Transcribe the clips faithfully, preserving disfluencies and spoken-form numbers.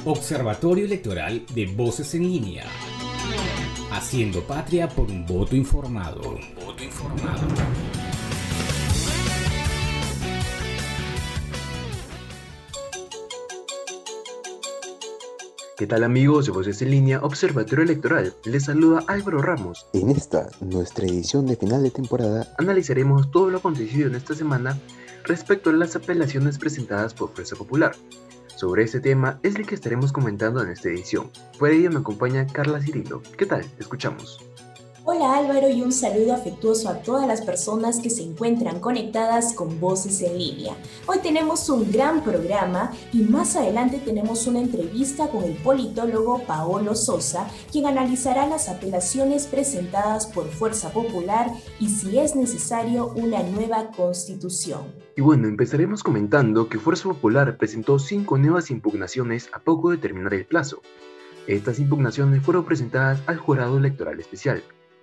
Observatorio Electoral de Voces en Línea. Haciendo patria por un voto informado. Por un voto informado. ¿Qué tal amigos de Voces en Línea, Observatorio Electoral? Les saluda Álvaro Ramos. En esta, nuestra edición de final de temporada, analizaremos todo lo acontecido en esta semana respecto a las apelaciones presentadas por Fuerza Popular. Sobre este tema es el que estaremos comentando en esta edición. Por ello me acompaña Carla Cirilo. ¿Qué tal? Te escuchamos. Hola Álvaro y un saludo afectuoso a todas las personas que se encuentran conectadas con Voces en Línea. Hoy tenemos un gran programa y más adelante tenemos una entrevista con el politólogo Paolo Sosa, quien analizará las apelaciones presentadas por Fuerza Popular y si es necesario una nueva constitución. Y bueno, empezaremos comentando que Fuerza Popular presentó cinco nuevas impugnaciones a poco de terminar el plazo. Estas impugnaciones fueron presentadas al Jurado Electoral Especial.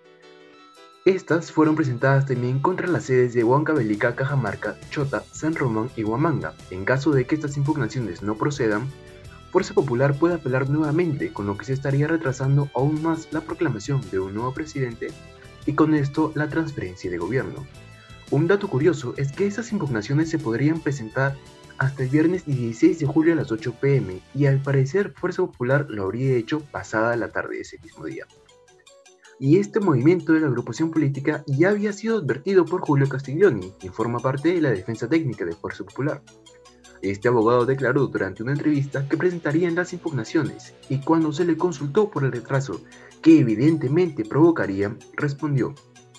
Estas fueron presentadas también contra las sedes de Huancavelica, Cajamarca, Chota, San Román y Huamanga. En caso de que estas impugnaciones no procedan, Fuerza Popular puede apelar nuevamente, con lo que se estaría retrasando aún más la proclamación de un nuevo presidente y con esto la transferencia de gobierno. Un dato curioso es que estas impugnaciones se podrían presentar hasta el viernes dieciséis de julio a las ocho pe eme y al parecer Fuerza Popular lo habría hecho pasada la tarde de ese mismo día. Y este movimiento de la agrupación política ya había sido advertido por Julio Castiglioni, quien forma parte de la defensa técnica de Fuerza Popular. Este abogado declaró durante una entrevista que presentarían las impugnaciones y cuando se le consultó por el retraso que evidentemente provocaría, respondió: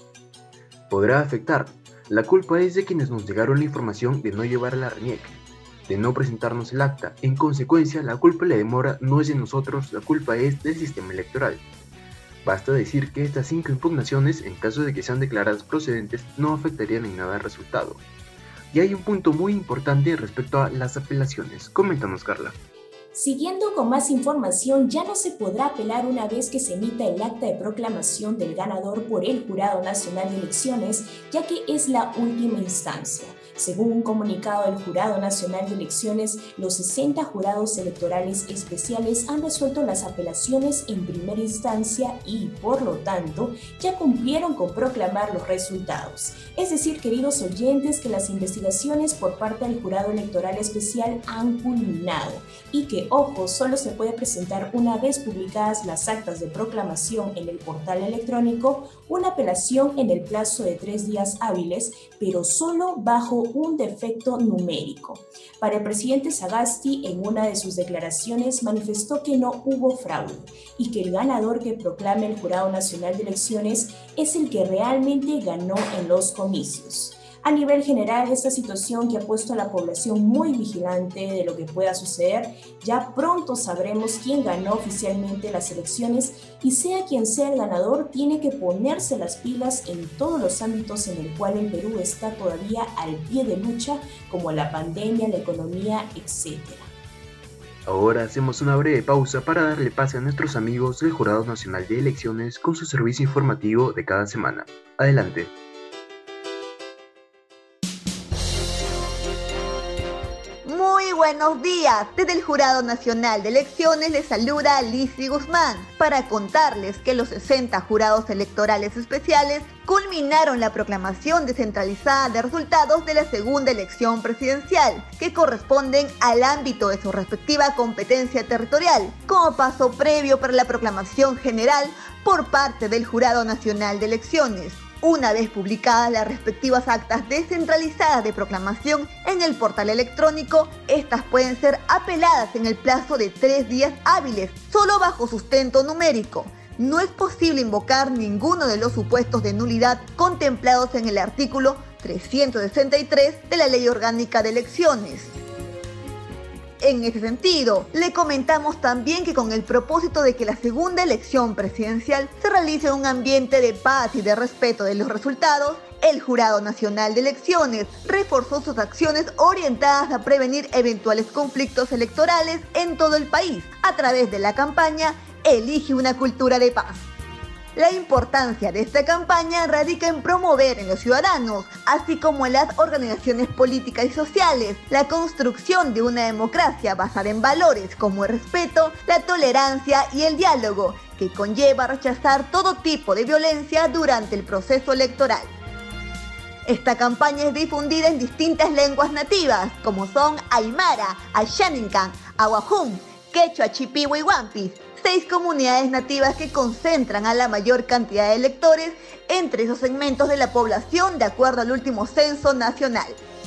podrá afectar, la culpa es de quienes nos llegaron la información de no llevar a la RENIEC, de no presentarnos el acta, en consecuencia la culpa y la demora no es de nosotros, la culpa es del sistema electoral. Basta decir que estas cinco impugnaciones, en caso de que sean declaradas procedentes, no afectarían en nada el resultado. Y hay un punto muy importante respecto a las apelaciones. Coméntanos, Carla. Siguiendo con más información, ya no se podrá apelar una vez que se emita el acta de proclamación del ganador por el Jurado Nacional de Elecciones, ya que es la última instancia. Según un comunicado del Jurado Nacional de Elecciones, los sesenta jurados electorales especiales han resuelto las apelaciones en primera instancia y, por lo tanto, ya cumplieron con proclamar los resultados. Es decir, queridos oyentes, que las investigaciones por parte del Jurado Electoral Especial han culminado y que, ojo, solo se puede presentar una vez publicadas las actas de proclamación en el portal electrónico una apelación en el plazo de tres días hábiles, pero solo bajo un defecto numérico. Para el presidente Sagasti, en una de sus declaraciones manifestó que no hubo fraude y que el ganador que proclame el Jurado Nacional de Elecciones es el que realmente ganó en los comicios. A nivel general, esta situación que ha puesto a la población muy vigilante de lo que pueda suceder, ya pronto sabremos quién ganó oficialmente las elecciones y sea quien sea el ganador, tiene que ponerse las pilas en todos los ámbitos en el cual el Perú está todavía al pie de lucha, como la pandemia, la economía, etcétera. Ahora hacemos una breve pausa para darle pase a nuestros amigos del Jurado Nacional de Elecciones con su servicio informativo de cada semana. Adelante. Muy buenos días, desde el Jurado Nacional de Elecciones les saluda Lizzy Guzmán para contarles que los sesenta jurados electorales especiales culminaron la proclamación descentralizada de resultados de la segunda elección presidencial, que corresponden al ámbito de su respectiva competencia territorial, como paso previo para la proclamación general por parte del Jurado Nacional de Elecciones. Una vez publicadas las respectivas actas descentralizadas de proclamación en el portal electrónico, estas pueden ser apeladas en el plazo de tres días hábiles, solo bajo sustento numérico. No es posible invocar ninguno de los supuestos de nulidad contemplados en el artículo trescientos sesenta y tres de la Ley Orgánica de Elecciones. En ese sentido, le comentamos también que con el propósito de que la segunda elección presidencial se realice en un ambiente de paz y de respeto de los resultados, el Jurado Nacional de Elecciones reforzó sus acciones orientadas a prevenir eventuales conflictos electorales en todo el país a través de la campaña Elige una cultura de paz. La importancia de esta campaña radica en promover en los ciudadanos, así como en las organizaciones políticas y sociales, la construcción de una democracia basada en valores como el respeto, la tolerancia y el diálogo, que conlleva rechazar todo tipo de violencia durante el proceso electoral. Esta campaña es difundida en distintas lenguas nativas, como son Aymara, Ashaninkan, Awajún, Quechua, Chipiwa y Wampis, seis comunidades nativas que concentran a la mayor cantidad de electores entre esos segmentos de la población de acuerdo al último censo nacional.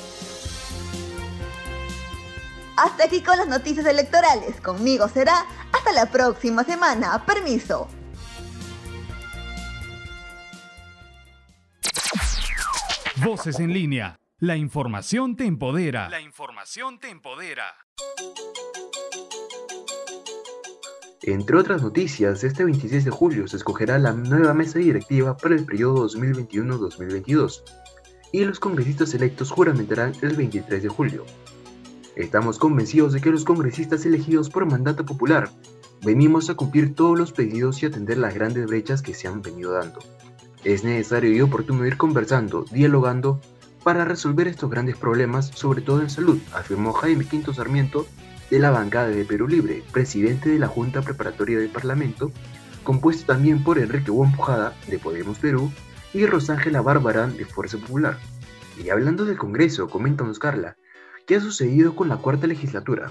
Hasta aquí con las noticias electorales. Conmigo será hasta la próxima semana. Permiso. Voces en línea. La información te empodera. La información te empodera. Entre otras noticias, este veintiséis de julio se escogerá la nueva mesa directiva para el periodo dos mil veintiuno a dos mil veintidós y los congresistas electos juramentarán el veintitrés de julio. Estamos convencidos de que los congresistas elegidos por mandato popular venimos a cumplir todos los pedidos y atender las grandes brechas que se han venido dando. Es necesario y oportuno ir conversando, dialogando, para resolver estos grandes problemas, sobre todo en salud, afirmó Jaime Quinto Sarmiento, de la bancada de Perú Libre, presidente de la Junta Preparatoria del Parlamento, compuesto también por Enrique Huón Pujada, de Podemos Perú, y Rosángela Barbarán, de Fuerza Popular. Y hablando del Congreso, coméntanos, Carla, ¿qué ha sucedido con la cuarta legislatura?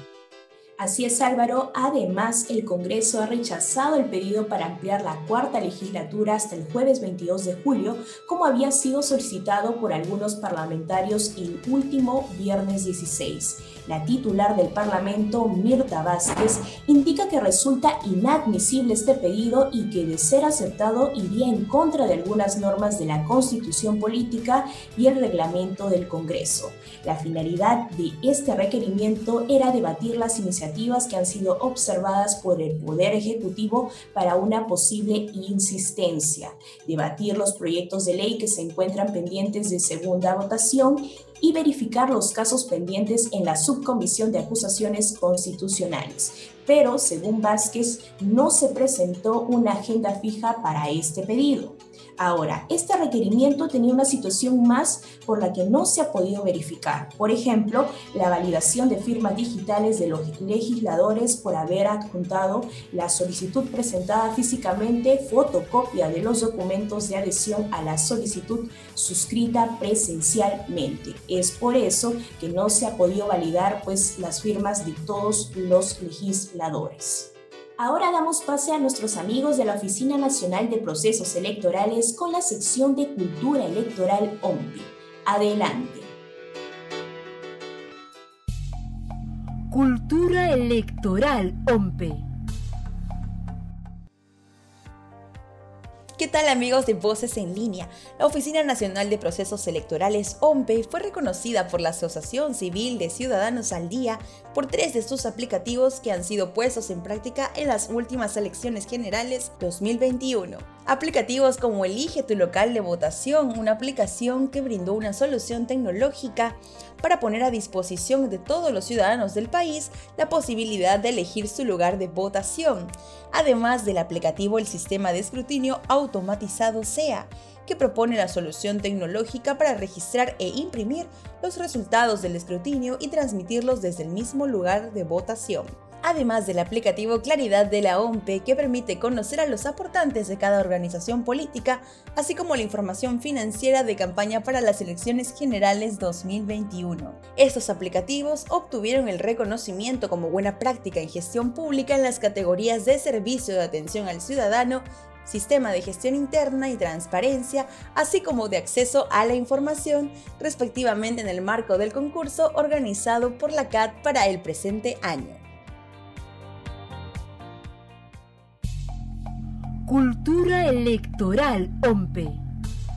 Así es, Álvaro. Además, el Congreso ha rechazado el pedido para ampliar la cuarta legislatura hasta el jueves veintidós de julio, como había sido solicitado por algunos parlamentarios el último viernes dieciséis. La titular del Parlamento, Mirta Vázquez, indica que resulta inadmisible este pedido y que, de ser aceptado, iría en contra de algunas normas de la Constitución Política y el reglamento del Congreso. La finalidad de este requerimiento era debatir las iniciativas que han sido observadas por el Poder Ejecutivo para una posible insistencia, debatir los proyectos de ley que se encuentran pendientes de segunda votación y verificar los casos pendientes en la Subcomisión de Acusaciones Constitucionales. Pero, según Vázquez, no se presentó una agenda fija para este pedido. Ahora, este requerimiento tenía una situación más por la que no se ha podido verificar. Por ejemplo, la validación de firmas digitales de los legisladores por haber adjuntado la solicitud presentada físicamente, fotocopia de los documentos de adhesión a la solicitud suscrita presencialmente. Es por eso que no se ha podido validar pues, las firmas de todos los legisladores. Ahora damos pase a nuestros amigos de la Oficina Nacional de Procesos Electorales con la sección de Cultura Electoral O M P E. Adelante. Cultura Electoral O M P E. ¿Qué tal, amigos de Voces en Línea? La Oficina Nacional de Procesos Electorales O M P E fue reconocida por la Asociación Civil de Ciudadanos al Día por tres de sus aplicativos que han sido puestos en práctica en las últimas elecciones generales dos mil veintiuno. Aplicativos como Elige tu local de votación, una aplicación que brindó una solución tecnológica para poner a disposición de todos los ciudadanos del país la posibilidad de elegir su lugar de votación, además del aplicativo El Sistema de Escrutinio Automatizado S E A, que propone la solución tecnológica para registrar e imprimir los resultados del escrutinio y transmitirlos desde el mismo lugar de votación. Además del aplicativo Claridad de la O M P E, que permite conocer a los aportantes de cada organización política, así como la información financiera de campaña para las elecciones generales dos mil veintiuno. Estos aplicativos obtuvieron el reconocimiento como buena práctica en gestión pública en las categorías de servicio de atención al ciudadano, sistema de gestión interna y transparencia, así como de acceso a la información, respectivamente, en el marco del concurso organizado por la C A T para el presente año. Cultura Electoral O M P E.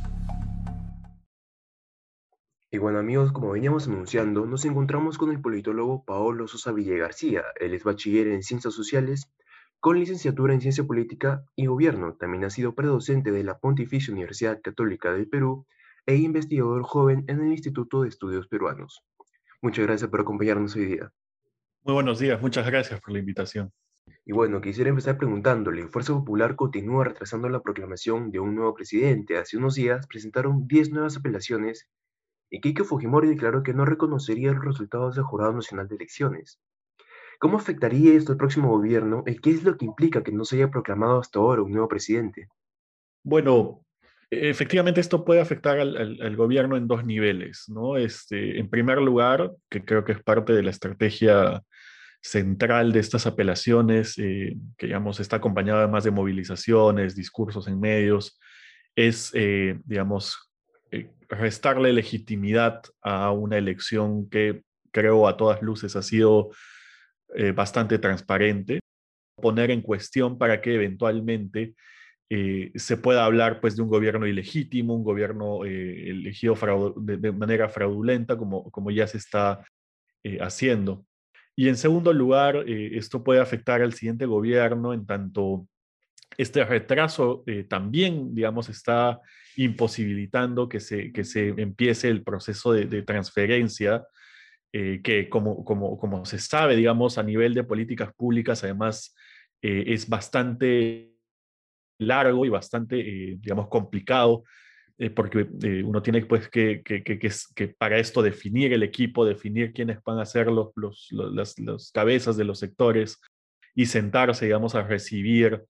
Y bueno, amigos, como veníamos anunciando, nos encontramos con el politólogo Paolo Sosa Villagarcía. Él es bachiller en Ciencias Sociales, con licenciatura en Ciencia Política y Gobierno. También ha sido predocente de la Pontificia Universidad Católica del Perú e investigador joven en el Instituto de Estudios Peruanos. Muchas gracias por acompañarnos hoy día. Muy buenos días, muchas gracias por la invitación. Y bueno, quisiera empezar preguntándole, Fuerza Popular continúa retrasando la proclamación de un nuevo presidente. Hace unos días presentaron diez nuevas apelaciones y Keiko Fujimori declaró que no reconocería los resultados del Jurado Nacional de Elecciones. ¿Cómo afectaría esto al próximo gobierno y qué es lo que implica que no se haya proclamado hasta ahora un nuevo presidente? Bueno, efectivamente esto puede afectar al, al- al gobierno en dos niveles, ¿no? Este, en primer lugar, que creo que es parte de la estrategia central de estas apelaciones, eh, que digamos está acompañada además de movilizaciones, discursos en medios, es, eh, digamos, eh, restarle legitimidad a una elección que creo a todas luces ha sido eh, bastante transparente, poner en cuestión para que eventualmente eh, se pueda hablar pues de un gobierno ilegítimo, un gobierno eh, elegido de, de, manera fraudulenta, como, como ya se está eh, haciendo. Y en segundo lugar, eh, esto puede afectar al siguiente gobierno en tanto este retraso eh, también, digamos, está imposibilitando que se, que se empiece el proceso de, de transferencia, eh, que como, como, como se sabe, digamos, a nivel de políticas públicas, además, eh, es bastante largo y bastante, eh, digamos, complicado, eh, porque eh, uno tiene pues que, que, que, que, que para esto definir el equipo, definir quiénes van a ser los, los, los, las, los cabezas de los sectores y sentarse, digamos, a recibir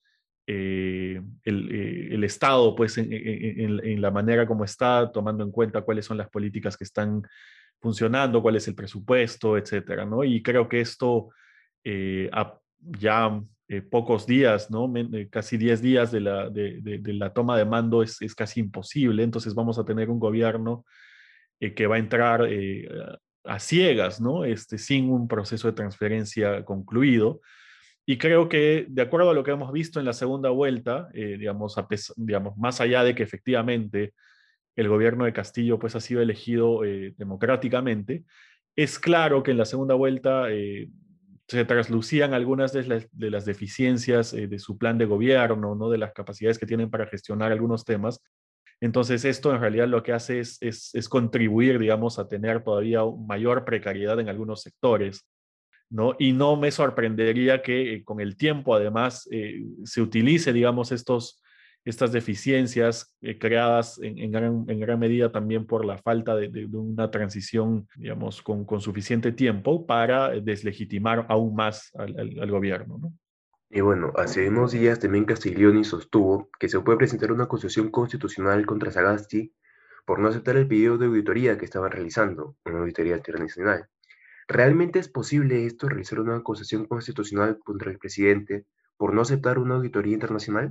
eh, el, eh, el Estado, pues, en, en, en, la manera como está, tomando en cuenta cuáles son las políticas que están funcionando, cuál es el presupuesto, etcétera, ¿no? Y creo que esto eh, a, ya eh, pocos días, ¿no? Men, eh, casi diez días de la, de, de, de la toma de mando es, es, casi imposible, entonces vamos a tener un gobierno eh, que va a entrar eh, a ciegas, ¿no? Este, sin un proceso de transferencia concluido. Y creo que, de acuerdo a lo que hemos visto en la segunda vuelta, eh, digamos, a pesar, digamos, más allá de que efectivamente el gobierno de Castillo pues, ha sido elegido eh, democráticamente, es claro que en la segunda vuelta eh, se traslucían algunas de las, de las deficiencias eh, de su plan de gobierno, ¿no? De las capacidades que tienen para gestionar algunos temas. Entonces, esto en realidad lo que hace es, es, es contribuir, digamos, a tener todavía mayor precariedad en algunos sectores, ¿no? Y no me sorprendería que eh, con el tiempo, además, eh, se utilice, digamos, estos, estas deficiencias eh, creadas en, en, gran, en gran medida también por la falta de, de, de una transición, digamos, con, con suficiente tiempo para deslegitimar aún más al, al, al gobierno, ¿no? Y bueno, hace unos días también Castiglioni sostuvo que se puede presentar una acusación constitucional contra Sagasti por no aceptar el pedido de auditoría que estaban realizando, una auditoría internacional. ¿Realmente es posible esto, realizar una acusación constitucional contra el presidente por no aceptar una auditoría internacional?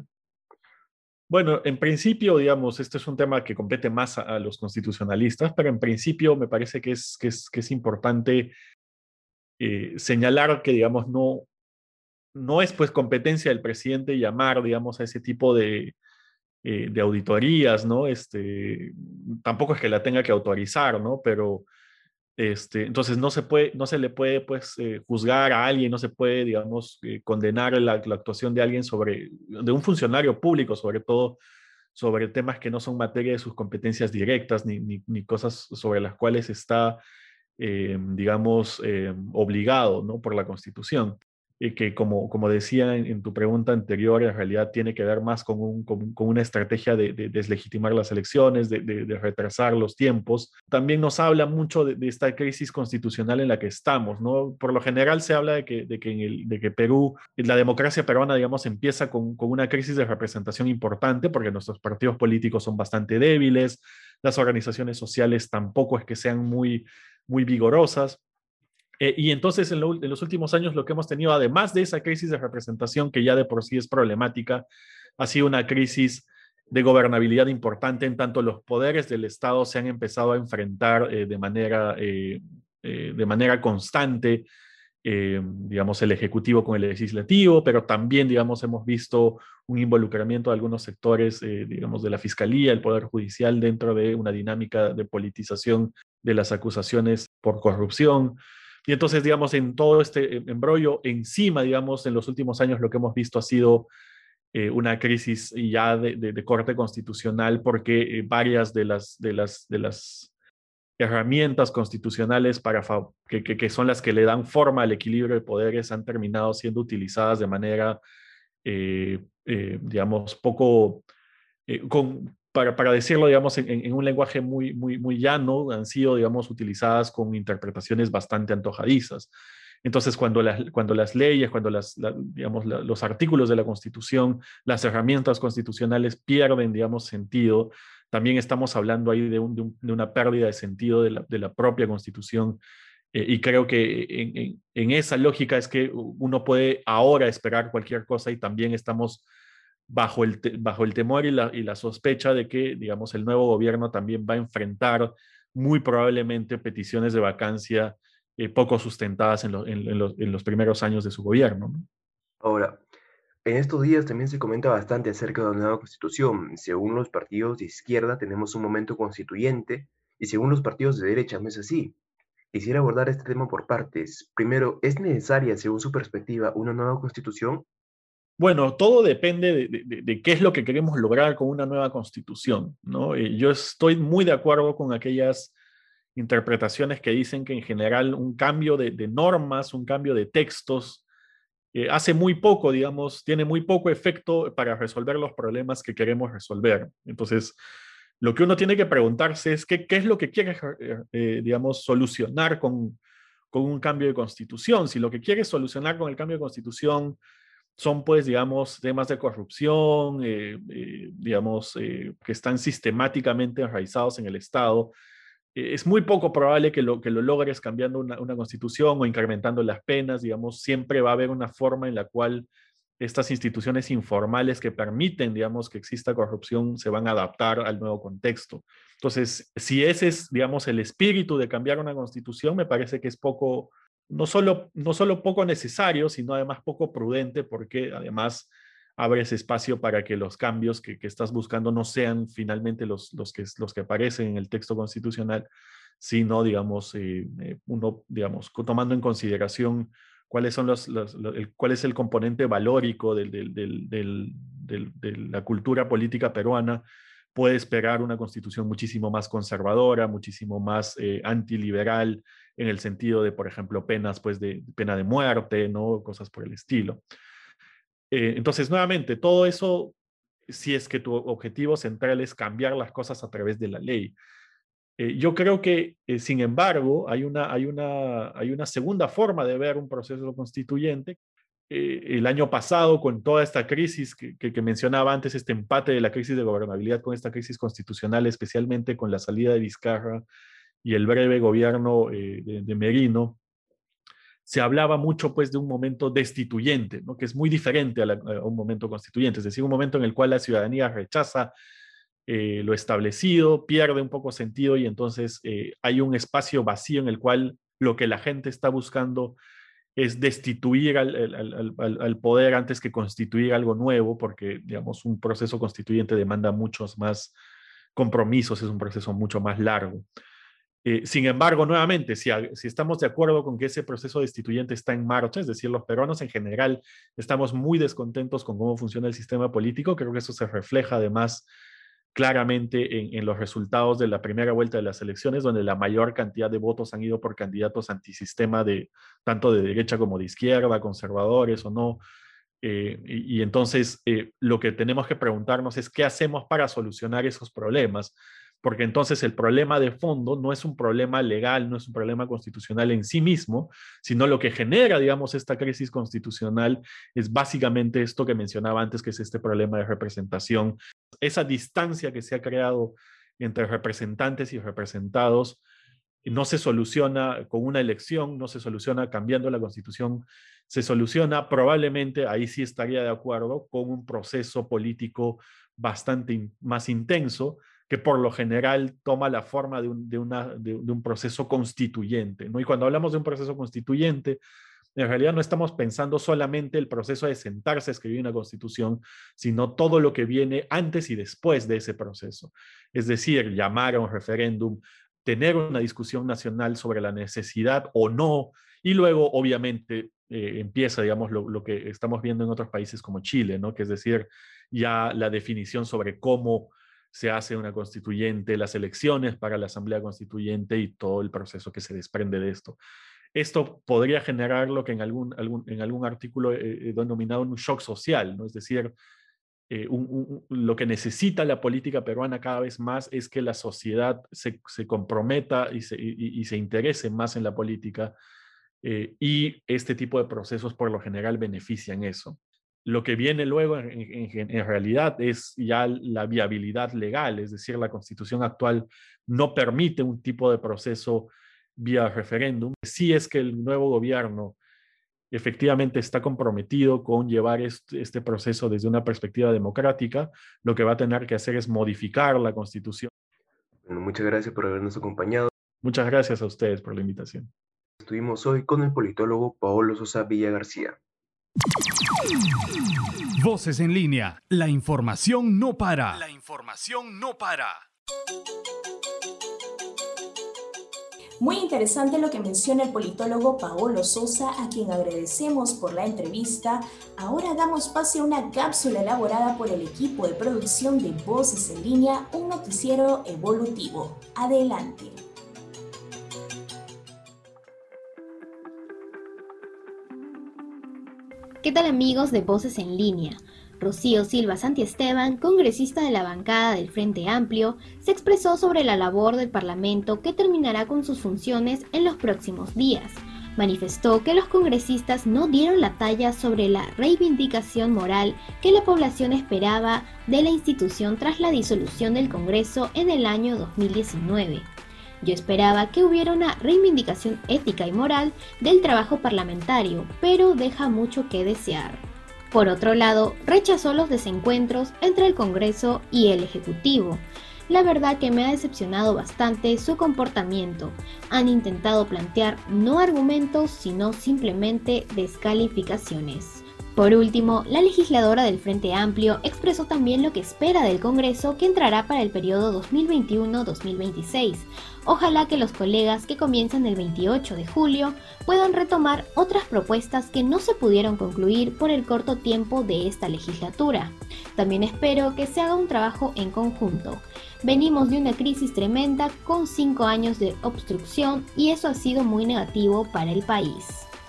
Bueno, en principio, digamos, este es un tema que compete más a, a los constitucionalistas, pero en principio me parece que es, que es, que es importante eh, señalar que, digamos, no, no es pues competencia del presidente llamar, digamos, a ese tipo de, eh, de auditorías, ¿no? Este, tampoco es que la tenga que autorizar, ¿no? Pero este, entonces no se puede, no se le puede pues eh, juzgar a alguien, no se puede, digamos, eh, condenar la, la actuación de alguien sobre, de un funcionario público, sobre todo sobre temas que no son materia de sus competencias directas, ni, ni, ni cosas sobre las cuales está, eh, digamos, eh, obligado, ¿no? Por la Constitución. Y que como, como decía en, en, tu pregunta anterior, en realidad tiene que ver más con, un, con, con una estrategia de, de, deslegitimar las elecciones, de, de, de retrasar los tiempos. También nos habla mucho de, de esta crisis constitucional en la que estamos, ¿no? Por lo general se habla de que, de que, en el, de que Perú, la democracia peruana, digamos, empieza con, con una crisis de representación importante porque nuestros partidos políticos son bastante débiles, las organizaciones sociales tampoco es que sean muy, muy vigorosas. Eh, y entonces en, lo, en los últimos años lo que hemos tenido, además de esa crisis de representación que ya de por sí es problemática, ha sido una crisis de gobernabilidad importante, en tanto los poderes del Estado se han empezado a enfrentar eh, de, manera, eh, eh, de manera constante, eh, digamos, el Ejecutivo con el Legislativo, pero también, digamos, hemos visto un involucramiento de algunos sectores, eh, digamos, de la Fiscalía, el Poder Judicial, dentro de una dinámica de politización de las acusaciones por corrupción. Y entonces, digamos, en todo este embrollo, encima, digamos, en los últimos años lo que hemos visto ha sido eh, una crisis ya de, de, de corte constitucional, porque eh, varias de las, de, las, de las herramientas constitucionales para que, que, que son las que le dan forma al equilibrio de poderes han terminado siendo utilizadas de manera, eh, eh, digamos, poco, eh, con, para, para decirlo, digamos, en, en un lenguaje muy, muy, muy llano, han sido, digamos, utilizadas con interpretaciones bastante antojadizas. Entonces, cuando las, cuando las leyes, cuando las, la, digamos, la, los artículos de la Constitución, las herramientas constitucionales pierden, digamos, sentido, también estamos hablando ahí de, un, de, un, de una pérdida de sentido de la, de la propia Constitución. Eh, y creo que en, en, en esa lógica es que uno puede ahora esperar cualquier cosa y también estamos bajo el, te, bajo el temor y la, y la sospecha de que, digamos, el nuevo gobierno también va a enfrentar muy probablemente peticiones de vacancia eh, poco sustentadas en, lo, en, en, los, en los primeros años de su gobierno, ¿no? Ahora, en estos días también se comenta bastante acerca de la nueva constitución. Según los partidos de izquierda tenemos un momento constituyente y según los partidos de derecha no es así. Quisiera abordar este tema por partes. Primero, ¿es necesaria, según su perspectiva, una nueva constitución? Bueno, todo depende de, de, de qué es lo que queremos lograr con una nueva constitución, ¿no? Eh, yo estoy muy de acuerdo con aquellas interpretaciones que dicen que en general un cambio de, de normas, un cambio de textos, eh, hace muy poco, digamos, tiene muy poco efecto para resolver los problemas que queremos resolver. Entonces, lo que uno tiene que preguntarse es qué, qué es lo que quiere, eh, digamos, solucionar con, con un cambio de constitución. Si lo que quiere solucionar con el cambio de constitución son, pues, digamos, temas de corrupción, eh, eh, digamos, eh, que están sistemáticamente enraizados en el Estado, eh, es muy poco probable que lo, que lo logres cambiando una, una constitución o incrementando las penas. Digamos, siempre va a haber una forma en la cual estas instituciones informales que permiten, digamos, que exista corrupción se van a adaptar al nuevo contexto. Entonces, si ese es, digamos, el espíritu de cambiar una constitución, me parece que es poco... No solo, no solo poco necesario, sino además poco prudente, porque además abres espacio para que los cambios que, que estás buscando no sean finalmente los, los, que, los que aparecen en el texto constitucional, sino, digamos, eh, uno, digamos, tomando en consideración cuáles son los, los, los el, cuál es el componente valórico del, del, del, del, del, de la cultura política peruana, puede esperar una constitución muchísimo más conservadora, muchísimo más eh, antiliberal, en el sentido de, por ejemplo, penas, pues, de pena de muerte, ¿no? Cosas por el estilo. Eh, entonces, nuevamente, todo eso, si es que tu objetivo central es cambiar las cosas a través de la ley. Eh, yo creo que, eh, sin embargo, hay una, hay, una, hay una segunda forma de ver un proceso constituyente. Eh, el año pasado, con toda esta crisis que, que, que mencionaba antes, este empate de la crisis de gobernabilidad con esta crisis constitucional, especialmente con la salida de Vizcarra y el breve gobierno eh, de, de Merino, se hablaba mucho, pues, de un momento destituyente, ¿no? Que es muy diferente a, la, a un momento constituyente, es decir, un momento en el cual la ciudadanía rechaza eh, lo establecido, pierde un poco sentido y entonces eh, hay un espacio vacío en el cual lo que la gente está buscando es destituir al, al, al, al poder antes que constituir algo nuevo, porque, digamos, un proceso constituyente demanda muchos más compromisos, es un proceso mucho más largo. Eh, sin embargo, nuevamente, si, si estamos de acuerdo con que ese proceso destituyente está en marcha, es decir, los peruanos en general estamos muy descontentos con cómo funciona el sistema político, creo que eso se refleja además claramente en, en los resultados de la primera vuelta de las elecciones, donde la mayor cantidad de votos han ido por candidatos antisistema, de, tanto de derecha como de izquierda, conservadores o no. Eh, y, y entonces eh, lo que tenemos que preguntarnos es qué hacemos para solucionar esos problemas, porque entonces el problema de fondo no es un problema legal, no es un problema constitucional en sí mismo, sino lo que genera, digamos, esta crisis constitucional es básicamente esto que mencionaba antes, que es este problema de representación, esa distancia que se ha creado entre representantes y representados. No se soluciona con una elección, no se soluciona cambiando la Constitución, se soluciona probablemente, ahí sí estaría de acuerdo, con un proceso político bastante in, más intenso, que por lo general toma la forma de un, de una, de, de un proceso constituyente, ¿no? Y cuando hablamos de un proceso constituyente, en realidad no estamos pensando solamente el proceso de sentarse a escribir una constitución, sino todo lo que viene antes y después de ese proceso. Es decir, llamar a un referéndum, tener una discusión nacional sobre la necesidad o no, y luego obviamente eh, empieza, digamos, lo, lo que estamos viendo en otros países como Chile, ¿no? Que es decir, ya la definición sobre cómo se hace una constituyente, las elecciones para la Asamblea Constituyente y todo el proceso que se desprende de esto. Esto podría generar lo que en algún, algún, en algún artículo he, he denominado un shock social, ¿no? Es decir, eh, un, un, lo que necesita la política peruana cada vez más es que la sociedad se, se comprometa y se, y, y se interese más en la política, eh, y este tipo de procesos por lo general benefician eso. Lo que viene luego en, en, en realidad es ya la viabilidad legal, es decir, la Constitución actual no permite un tipo de proceso vía referéndum. Si es que el nuevo gobierno efectivamente está comprometido con llevar este, este proceso desde una perspectiva democrática, lo que va a tener que hacer es modificar la Constitución. Bueno, muchas gracias por habernos acompañado. Muchas gracias a ustedes por la invitación. Estuvimos hoy con el politólogo Paolo Sosa Villa García. Voces en línea. La información no para. La información no para. Muy interesante lo que menciona el politólogo Paolo Sosa, a quien agradecemos por la entrevista. Ahora damos pase a una cápsula elaborada por el equipo de producción de Voces en Línea, un noticiero evolutivo. Adelante. ¿Qué tal, amigos de Voces en Línea? Rocío Silva Santiesteban, congresista de la bancada del Frente Amplio, se expresó sobre la labor del Parlamento que terminará con sus funciones en los próximos días. Manifestó que los congresistas no dieron la talla sobre la reivindicación moral que la población esperaba de la institución tras la disolución del Congreso en el año dos mil diecinueve. Yo esperaba que hubiera una reivindicación ética y moral del trabajo parlamentario, pero deja mucho que desear. Por otro lado, rechazó los desencuentros entre el Congreso y el Ejecutivo. La verdad que me ha decepcionado bastante su comportamiento. Han intentado plantear no argumentos, sino simplemente descalificaciones. Por último, la legisladora del Frente Amplio expresó también lo que espera del Congreso que entrará para el periodo dos mil veintiuno a dos mil veintiséis. Ojalá que los colegas que comienzan el veintiocho de julio puedan retomar otras propuestas que no se pudieron concluir por el corto tiempo de esta legislatura. También espero que se haga un trabajo en conjunto. Venimos de una crisis tremenda con cinco años de obstrucción y eso ha sido muy negativo para el país.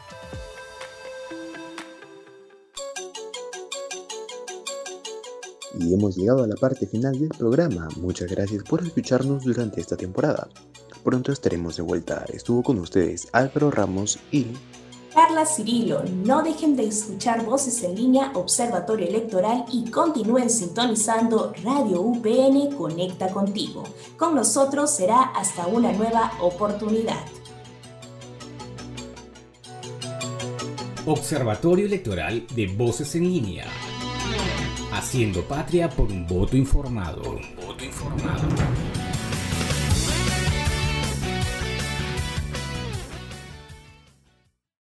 Y hemos llegado a la parte final del programa. Muchas gracias por escucharnos durante esta temporada. Pronto estaremos de vuelta. Estuvo con ustedes Álvaro Ramos y Carla Cirilo. No dejen de escuchar Voces en Línea, Observatorio Electoral, y continúen sintonizando Radio U P N Conecta Contigo. Con nosotros será hasta una nueva oportunidad. Observatorio Electoral de Voces en Línea. Haciendo patria por un voto informado. Un voto informado.